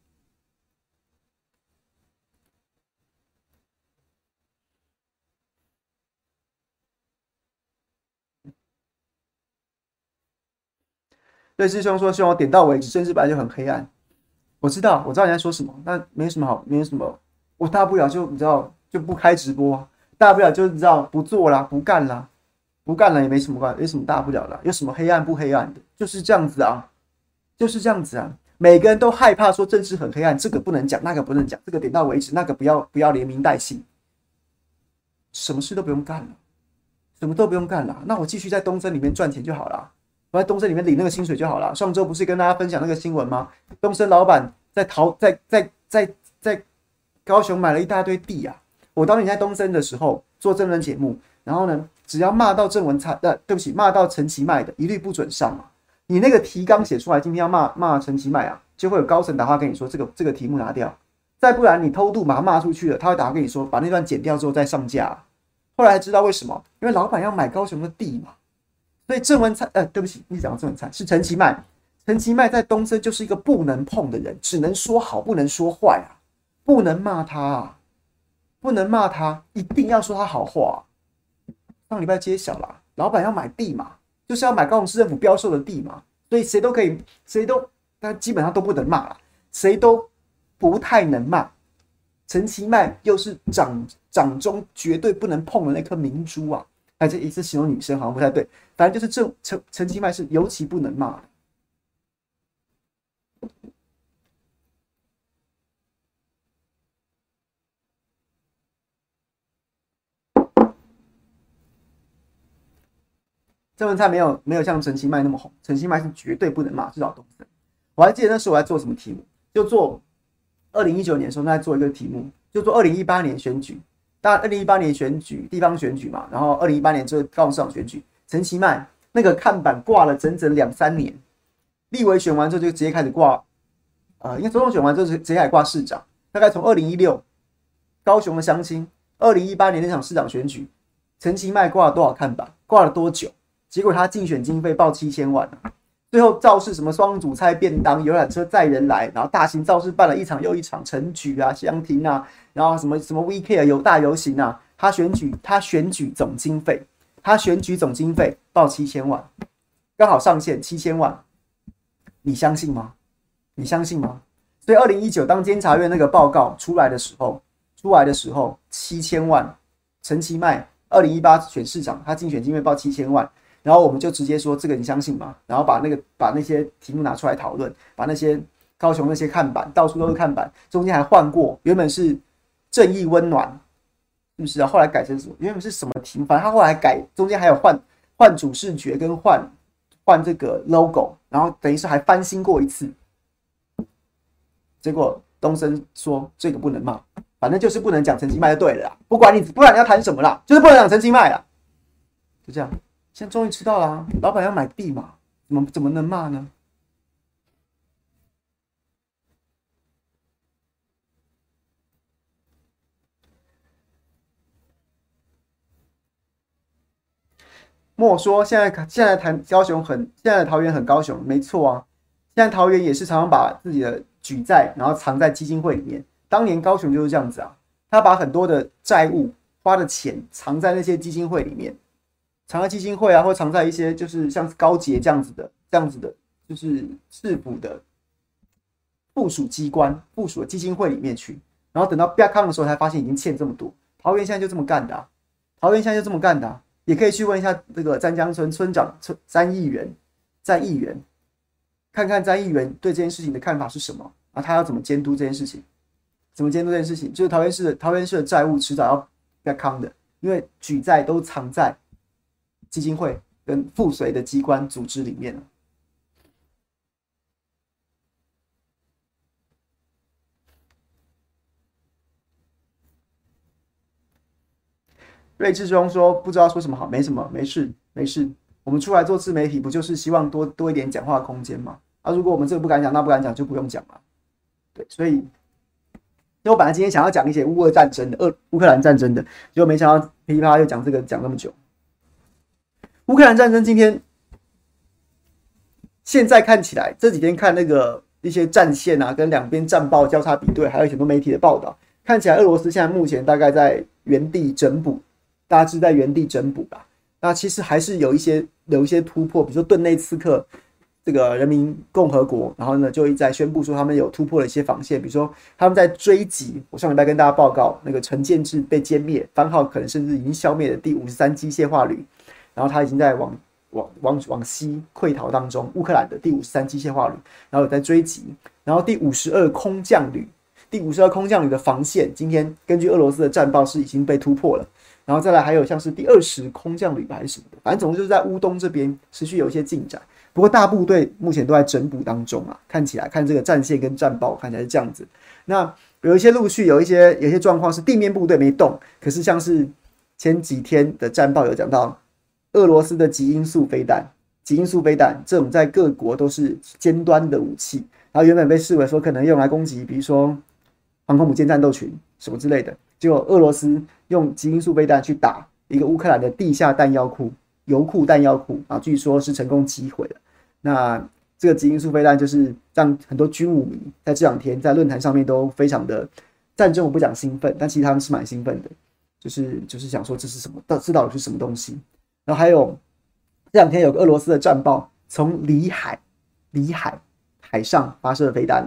对，师兄说希望我点到为止，政治本来就很黑暗。我知道你在说什么，那没什么，我大不了就你知道就不开直播，大不了就你知道不做啦，不干了也没什么大不了啦，有什么黑暗不黑暗的，就是这样子啊，每个人都害怕说政治很黑暗，这个不能讲，那个不能讲，这个点到为止，那个不要连名带姓，什么事都不用干了，那我继续在东森里面赚钱就好了。我在东森里面领那个薪水就好了。上周不是跟大家分享那个新闻吗？东森老板在高雄买了一大堆地啊！我当年在东森的时候做政论节目，然后呢，只要骂到郑文灿，对不起，骂到陈其迈的，一律不准上啊！你那个提纲写出来，今天要骂陈其迈啊，就会有高层打话跟你说，这个题目拿掉。再不然你偷渡把他骂出去了，他会打话跟你说，把那段剪掉之后再上架啊。后来才知道为什么，因为老板要买高雄的地嘛。所以郑文灿，对不起，你讲郑文灿是陈其迈。陈其迈在东森就是一个不能碰的人，只能说好，不能说坏啊，不能骂他啊，一定要说他好话啊。上礼拜揭晓啦，老板要买地嘛，就是要买高雄市政府标售的地嘛，所以谁都，但基本上都不能骂啦，谁都不太能骂。陈其迈又是掌中绝对不能碰的那颗明珠啊！哎，这一次形容女生好像不太对，反正就是陈其迈是尤其不能骂的。郑文灿没有像陈其迈那么红，陈其迈是绝对不能骂，至少东森。我还记得那时候我在做什么题目，就做2019年的时候，在做一个题目，就做2018年选举。当然，2018年选举地方选举嘛，然后2018年就是高雄市长选举，陈其迈那个看板挂了整整2-3年，立委选完之后就直接开始挂，应该总统选完之后直接开始挂市长。大概从2016高雄的乡亲，2018年那场市长选举，陈其迈挂了多少看板，挂了多久？结果他竞选经费报7000万啊！最后造势什么双主菜便当、游览车载人来，然后大型造势办了一场又一场，陈举啊、香亭啊，然后什么 VK 有大游行啊，他选举总经费报7000万，刚好上限7000万，你相信吗？你相信吗？所以2019当监察院那个报告出来的时候，7000万，陈其迈2018选市长，他竞选经费报7000万。然后我们就直接说这个你相信吗？然后把那些题目拿出来讨论，把那些高雄那些看板到处都是看板，中间还换过，原本是正义温暖，是不是啊？后来改成什么？原本是什么题目？反正他后来改，中间还有换主视觉跟换这个 logo， 然后等于是还翻新过一次。结果东森说这个不能骂，反正就是不能讲陈其迈就对了啦，不管你要谈什么啦，就是不能讲陈其迈啦，就这样。现在终于知道了啊，老板要买地嘛，怎么能骂呢？莫说现在谈高雄现在桃园很高雄，没错啊。现在桃园也是常常把自己的举债，然后藏在基金会里面。当年高雄就是这样子啊，他把很多的债务花的钱藏在那些基金会里面。藏在基金会啊，或藏在一些就是像高捷这样子的，就是市府的附属机关、附属的基金会里面去，然后等到被康的时候才发现已经欠这么多。桃园现在就这么干的啊，也可以去问一下这个詹江村村长詹议员，看看詹议员对这件事情的看法是什么啊？他要怎么监督这件事情？就是桃园市的债务迟早要被康的，因为举债都藏在基金会跟附随的机关组织里面了。睿智中说不知道说什么好，没什么，没事。我们出来做自媒体，不就是希望多一点讲话空间吗？啊，如果我们这个不敢讲，那不敢讲就不用讲了。对，所以我本来今天想要讲一些乌克兰战争的，结果没想到噼里啪啦又讲这个讲那么久。乌克兰战争今天现在看起来，这几天看那个一些战线啊，跟两边战报交叉比对，还有很多媒体的报道，看起来俄罗斯现在目前大概在原地整补，大致在原地整补吧。那其实还是有一些突破，比如说顿内茨克这个人民共和国，然后呢就一直在宣布说他们有突破了一些防线，比如说他们在追击，我上礼拜跟大家报告那个陈建志被歼灭，番号可能甚至已经消灭的第53机械化旅。然后他已经在往西溃逃当中，乌克兰的第53机械化旅，然后有在追击，然后第52空降旅的防线，今天根据俄罗斯的战报是已经被突破了，然后再来还有像是第20空降旅吧还是什么的，反正总之就是在乌东这边持续有一些进展，不过大部队目前都在整补当中啊，看起来看这个战线跟战报看起来是这样子，那有一些陆续有一些状况是地面部队没动，可是像是前几天的战报有讲到。俄罗斯的极音速飞弹这种在各国都是尖端的武器，然后原本被视为说可能用来攻击，比如说航空母舰战斗群什么之类的，结果俄罗斯用极音速飞弹去打一个乌克兰的地下油库弹药库，啊，据说是成功击毁了。那这个极音速飞弹就是让很多军武迷在这两天在论坛上面都非常的战争，我不讲兴奋，但其实他们是蛮兴奋的，就是想说这是什么，这到底是什么东西。然后还有这两天有个俄罗斯的战报，从里海上发射飞弹了。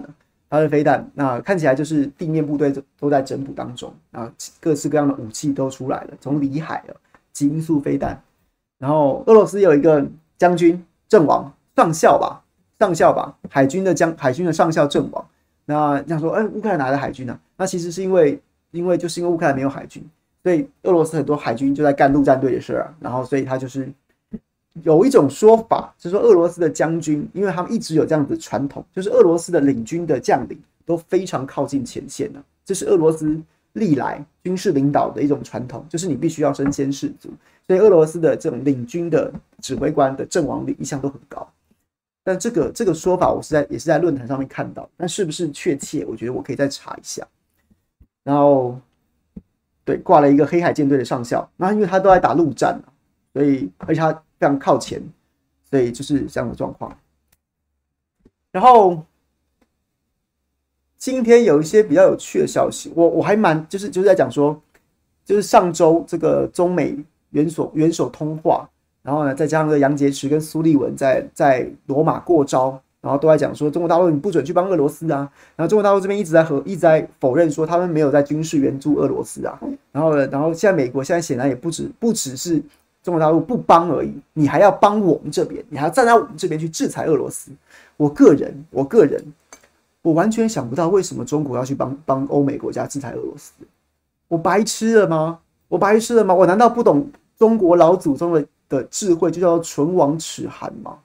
发射飞弹，那看起来就是地面部队都在整补当中，啊，各式各样的武器都出来了，从里海了，极音速飞弹，然后俄罗斯有一个将军阵亡，上校吧，海军的上校阵亡。那这样说，乌克兰哪来的海军呢？那其实是因为乌克兰没有海军，所以俄罗斯很多海军就在干陆战队的事啊。然后所以他就是有一种说法，就是说俄罗斯的将军，因为他们一直有这样子的传统，就是俄罗斯的领军的将领都非常靠近前线的，这是俄罗斯历来军事领导的一种传统，就是你必须要身先士卒。所以俄罗斯的这种领军的指挥官的阵亡率一向都很高。但这个说法我也是在论坛上面看到，但是不是确切，我觉得我可以再查一下。然后，对，挂了一个黑海舰队的上校，那因为他都在打陆战，所以而且他非常靠前，所以就是这样的状况。然后今天有一些比较有趣的消息，我还蛮就是在讲说，就是上周这个中美元首通话。然后呢，再加上这个杨洁篪跟苏利文在罗马过招，然后都在讲说中国大陆你不准去帮俄罗斯啊。然后中国大陆这边一直在否认说他们没有在军事援助俄罗斯啊。然后现在美国现在显然也不只是中国大陆不帮而已，你还要帮我们这边，你还要站在我们这边去制裁俄罗斯。我个人完全想不到为什么中国要去帮欧美国家制裁俄罗斯。我白痴了吗？我难道不懂中国老祖宗的智慧就叫做唇亡齿寒吗？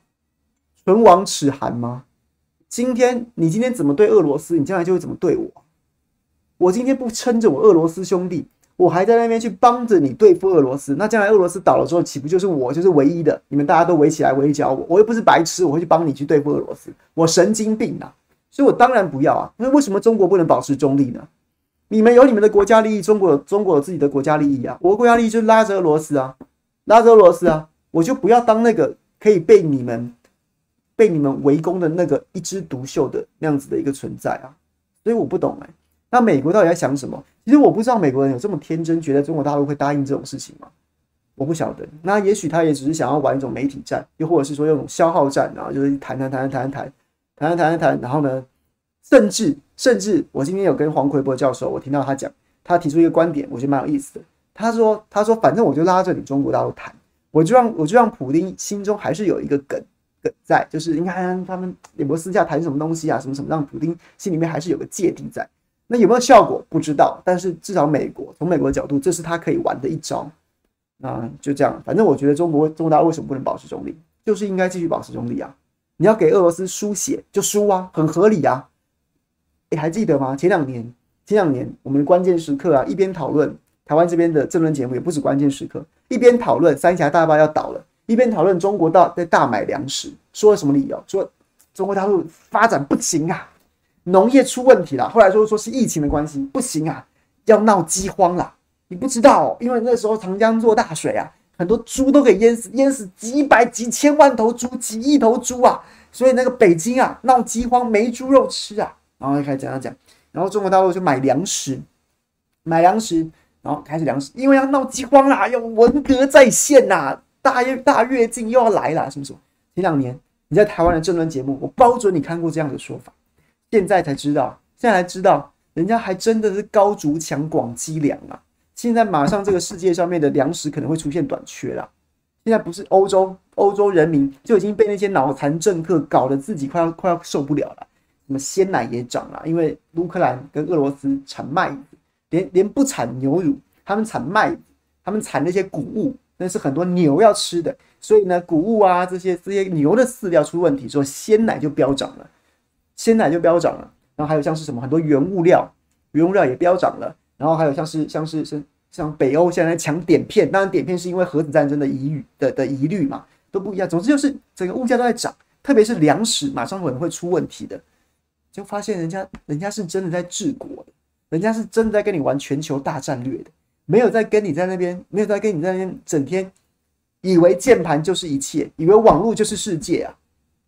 你今天怎么对俄罗斯，你将来就会怎么对我。我今天不撑着我俄罗斯兄弟，我还在那边去帮着你对付俄罗斯，那将来俄罗斯倒了之后，岂不就是我就是唯一的？你们大家都围起来围剿我，我又不是白痴，我会去帮你去对付俄罗斯，我神经病啊！所以我当然不要啊。那为什么中国不能保持中立呢？你们有你们的国家利益，中国有自己的国家利益啊。我的国家利益就是拉着俄罗斯啊。我就不要当那个可以被你们围攻的那个一枝独秀的那样子的一个存在啊。所以我不懂那美国到底在想什么？其实我不知道美国人有这么天真，觉得中国大陆会答应这种事情吗？我不晓得。那也许他也只是想要玩一种媒体战，又或者是说用一种消耗战，然后就是谈，然后呢，甚至我今天有跟黄奎博教授，我听到他讲，他提出一个观点，我觉得蛮有意思的。他说反正我就拉着你中国大陆谈，我就让普丁心中还是有一个梗在，就是你看他们也不私下谈什么东西啊，什么让普丁心里面还是有个芥蒂在。那有没有效果不知道，但是至少从美国的角度，这是他可以玩的一招。那就这样，反正我觉得中国大陆为什么不能保持中立，就是应该继续保持中立啊。你要给俄罗斯输血就输啊，很合理啊。还记得吗？前两年我们关键时刻啊，一边讨论台湾这边的政论节目，也不止关键时刻，一边讨论三峡大坝要倒了，一边讨论中国在大买粮食，说了什么理由？说中国大陆发展不行啊，农业出问题了。后来说是疫情的关系，不行啊，要闹饥荒啦。你不知道因为那时候长江做大水啊，很多猪都给淹死几千万头猪，几亿头猪啊，所以那个北京啊闹饥荒，没猪肉吃啊。然后就开始讲，然后中国大陆就买粮食，然后开始粮食，因为要闹饥荒啦，要文革再现啦，大跃进又要来啦，什么。前两年你在台湾的政论节目，我包准你看过这样的说法，现在才知道，人家还真的是高筑墙广积粮啊。现在马上这个世界上面的粮食可能会出现短缺啦。现在不是欧洲人民就已经被那些脑残政客搞得自己快要受不了了。什么鲜奶也涨了，因为乌克兰跟俄罗斯产麦子，连不产牛乳，他们产麦子，他们产那些谷物，那是很多牛要吃的，所以呢，谷物啊这些牛的饲料出问题之后，鲜奶就飙涨了，然后还有像是什么很多原物料也飙涨了，然后还有像北欧现在抢碘片，当然碘片是因为核子战争的疑虑嘛，都不一样。总之就是整个物价都在涨，特别是粮食马上可能会出问题的。就发现人家是真的在治国的，人家是真的在跟你玩全球大战略的，没有在跟你在那边整天以为键盘就是一切，以为网络就是世界啊。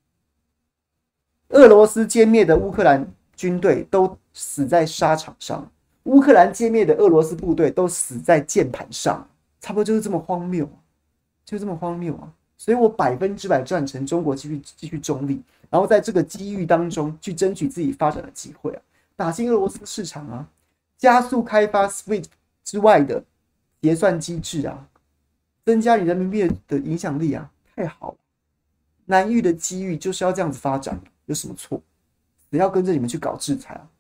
俄罗斯歼灭的乌克兰军队都死在沙场上，乌克兰歼灭的俄罗斯部队都死在键盘上，差不多就是这么荒谬， 所以我100%赞成中国继续中立，然后在这个机遇当中去争取自己发展的机会啊，打进俄罗斯市场啊，加速开发 SWIFT 之外的结算机制啊，增加你人民币的影响力啊，太好了！南域的机遇就是要这样子发展，有什么错？谁要跟着你们去搞制裁啊？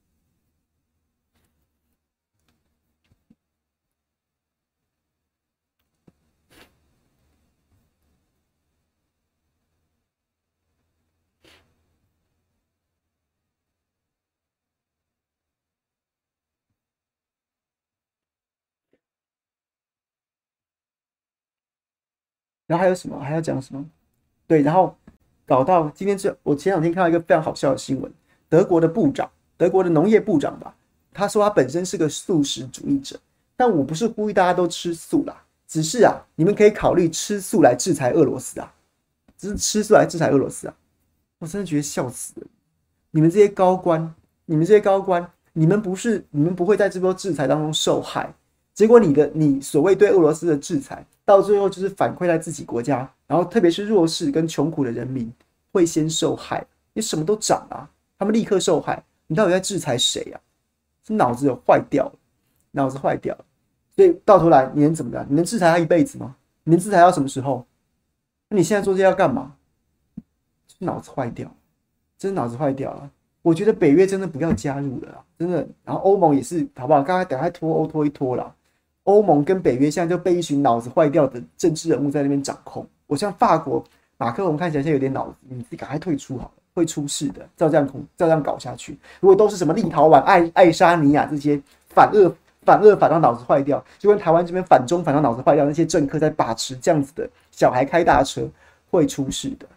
然后还有什么？还要讲什么？对，然后搞到今天我前两天看到一个非常好笑的新闻，德国的部长，德国的农业部长吧，他说他本身是个素食主义者，但我不是呼吁大家都吃素啦，只是啊，你们可以考虑吃素来制裁俄罗斯啊，只是吃素来制裁俄罗斯啊，我真的觉得笑死了。你们这些高官，你们这些高官，你们不会在这波制裁当中受害，结果你所谓对俄罗斯的制裁，到最后就是反馈在自己国家，然后特别是弱势跟穷苦的人民会先受害，你什么都涨啊，他们立刻受害，你到底在制裁谁啊？是脑子有坏掉了，脑子坏掉了，所以到头来你能怎么样？你能制裁他一辈子吗？你能制裁到什么时候？那你现在做这些要干嘛？脑子坏掉，真的脑子坏掉了。我觉得北约真的不要加入了啦，真的。然后欧盟也是，好不好？刚才等下拖一拖啦。欧盟跟北约现在就被一群脑子坏掉的政治人物在那边掌控。我像法国马克龙看起来现在有点脑子，你自己赶快退出好了，会出事的。照这样搞下去，如果都是什么立陶宛、爱沙尼亚这些反到脑子坏掉，就跟台湾这边反中反到脑子坏掉，那些政客在把持这样子的小孩开大车，会出事的。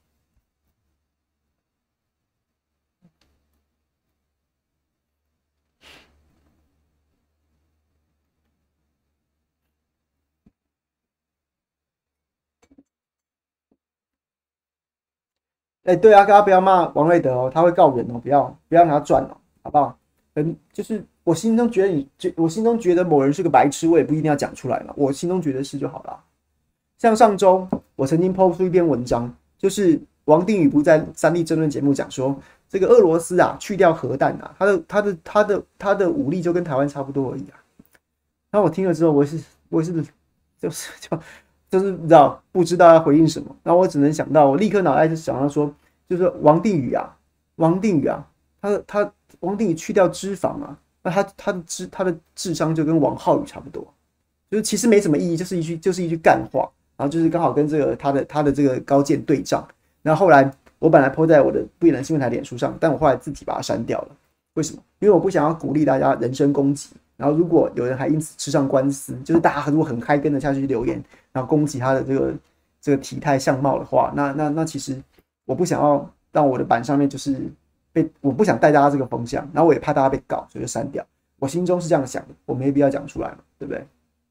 哎、欸对啊，大家不要骂王瑞德哦，他会告人哦，不要让他赚哦，好不好？就是我心中觉得某人是个白痴，我也不一定要讲出来嘛，我心中觉得是就好了。像上周我曾经 po 出一篇文章，就是王定宇不在三立争论节目讲说，这个俄罗斯啊去掉核弹啊，他的武力就跟台湾差不多而已啊。然后我听了之后，我也是就是不知道要回应什么，然后我只能想到，我立刻脑袋就想到说，就是王定宇啊，王定宇去掉脂肪啊，那他的智商就跟王浩宇差不多，就是其实没什么意义，就是一句干话，然后就是刚好跟这个他的这个高见对仗，然后后来我本来 po 在我的不言的新闻台脸书上，但我后来自己把它删掉了，为什么？因为我不想要鼓励大家人身攻击。然后如果有人还因此吃上官司，就是大家如果很嗨跟着下去留言，然后攻击他的这个体态相貌的话，那其实我不想要让我的版上面就是我不想带大家这个风向，然后我也怕大家被告，所以就删掉。我心中是这样想的，我没必要讲出来嘛，对不对？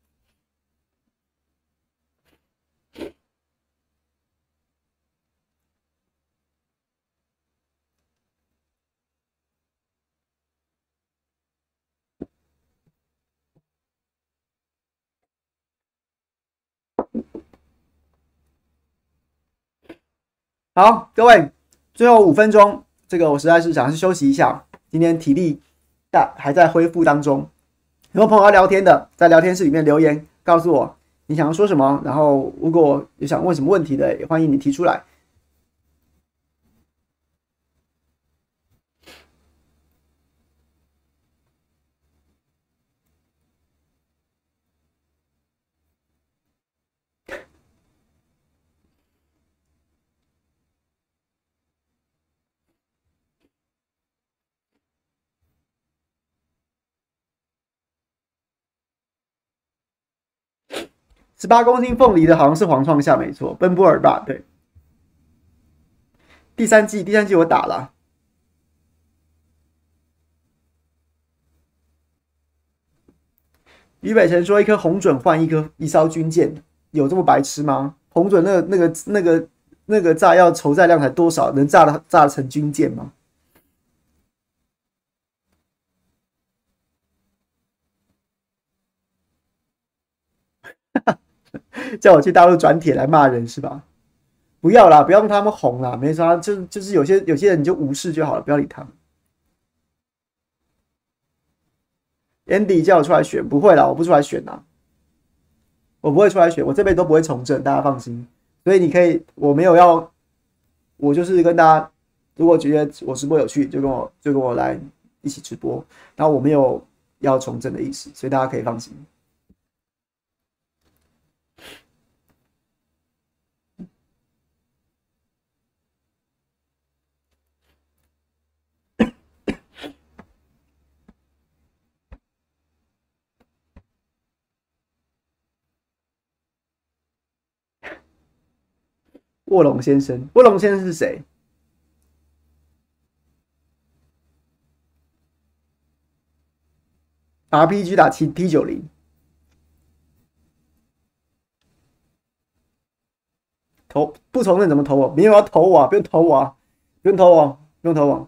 好，各位，最后5分钟，这个我实在是想休息一下，今天体力还在恢复当中。有没有朋友要聊天的，在聊天室里面留言告诉我你想要说什么，然后如果有想问什么问题的，也欢迎你提出来。18公斤凤梨的好像是黄创夏没错，奔波尔吧？对，第三季我打了。俞北辰说一颗红准换一艘军舰，有这么白痴吗？红准那个炸药筹载量才多少，能炸得成军舰吗？ 叫我去大陆转帖来骂人是吧？不要啦，不要让他们红啦，没啥，就是有些人你就无视就好了，不要理他们。Andy 叫我出来选，不会啦，我不出来选啦，我不会出来选，我这辈子都不会从政，大家放心。所以你可以，我没有要，我就是跟大家，如果觉得我直播有趣，就跟我来一起直播，然后我没有要从政的意思，所以大家可以放心。卧龙先生，卧龙先生是谁？RPG 打T90，投不从政怎么投我？没有要投我、啊，不用投我、啊，不用投我，不用投我。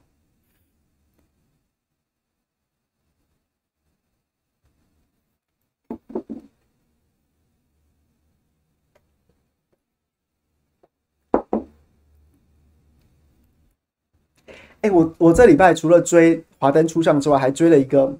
哎、我这礼拜除了追《华灯初上》之外，还追了一个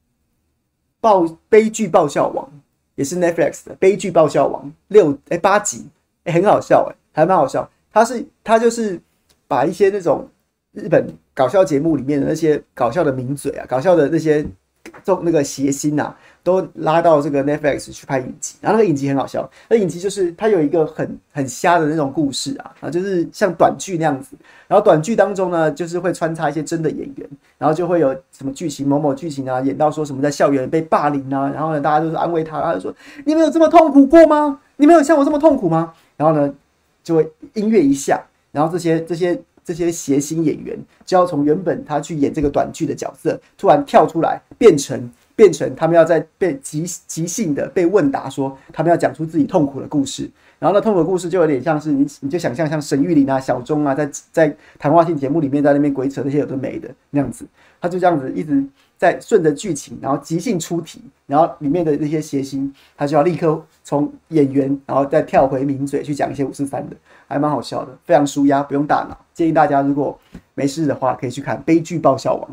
悲剧爆笑王，也是 Netflix 的悲剧爆笑王8集，很好笑还蛮好笑。他就是把一些那种日本搞笑节目里面的那些搞笑的名嘴啊，搞笑的那些那个谐星啊，都拉到这个 Netflix 去拍影集，然后那个影集很好笑。那影集就是它有一个很瞎的那种故事啊，就是像短剧那样子。然后短剧当中呢，就是会穿插一些真的演员，然后就会有什么剧情某某剧情啊，演到说什么在校园被霸凌啊，然后呢大家就是安慰他，他就说你们有这么痛苦过吗？你们有像我这么痛苦吗？然后呢就会音乐一下，然后这些谐星演员就要从原本他去演这个短剧的角色，突然跳出来变成他们要在被即兴的被问答，说他们要讲出自己痛苦的故事。然后那痛苦的故事就有点像是你就想象像沈玉琳啊、小钟啊，在谈话性节目里面在那边鬼扯那些有的没的那样子，他就这样子一直在顺着剧情，然后即兴出题，然后里面的那些谐星他就要立刻从演员，然后再跳回名嘴去讲一些543的，还蛮好笑的，非常舒压，不用大脑。建议大家如果没事的话，可以去看《悲剧爆笑王》。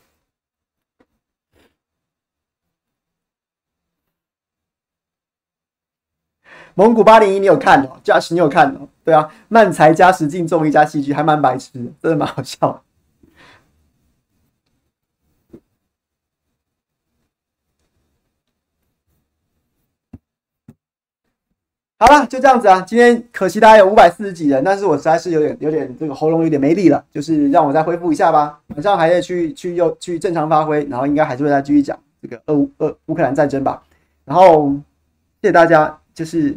蒙古801你有看哦 ，Josh 你有看哦？对啊，漫才加实境综艺加戏剧，还蛮白痴的，真的蛮好笑的。好了，就这样子啊。今天可惜大家有540几人，但是我实在是有点这个喉咙有点没力了，就是让我再恢复一下吧。晚上还得去正常发挥，然后应该还是会再继续讲这个乌克兰战争吧。然后谢谢大家，就是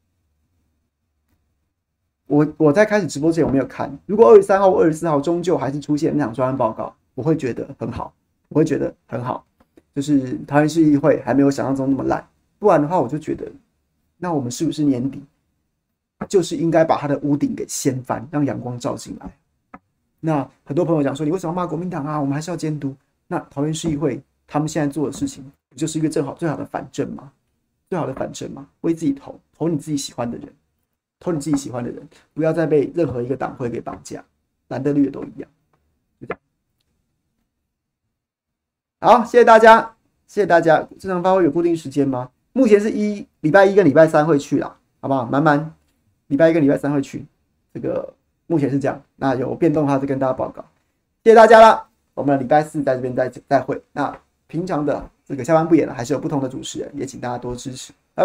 我在开始直播之前我没有看，如果23号或24号终究还是出现那场专案报告，我会觉得很好，我会觉得很好，就是桃园市议会还没有想象中那么烂，不然的话我就觉得。那我们是不是年底就是应该把他的屋顶给掀翻，让阳光照进来？那很多朋友讲说，你为什么要骂国民党啊？我们还是要监督。那桃园市议会他们现在做的事情，不就是一个最好的反证吗？最好的反证吗？为自己投你自己喜欢的人，投你自己喜欢的人，不要再被任何一个党会给绑架，蓝的绿的都一样。就这样。好，谢谢大家，谢谢大家。正常发挥有固定时间吗？目前是礼拜一跟礼拜三会去啦，好不好？满礼拜一跟礼拜三会去，这个目前是这样。那有变动的话再跟大家报告。谢谢大家啦，我们礼拜四在这边再会。那平常的这个下班不演了，还是有不同的主持人，也请大家多支持。拜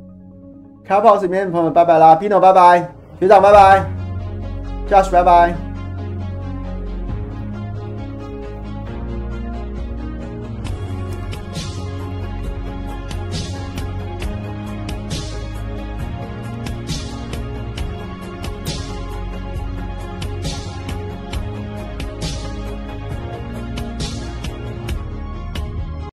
拜。Clubhouse 里面的朋友拜拜啦 ，Pino 拜拜，学长拜拜。Josh，拜拜。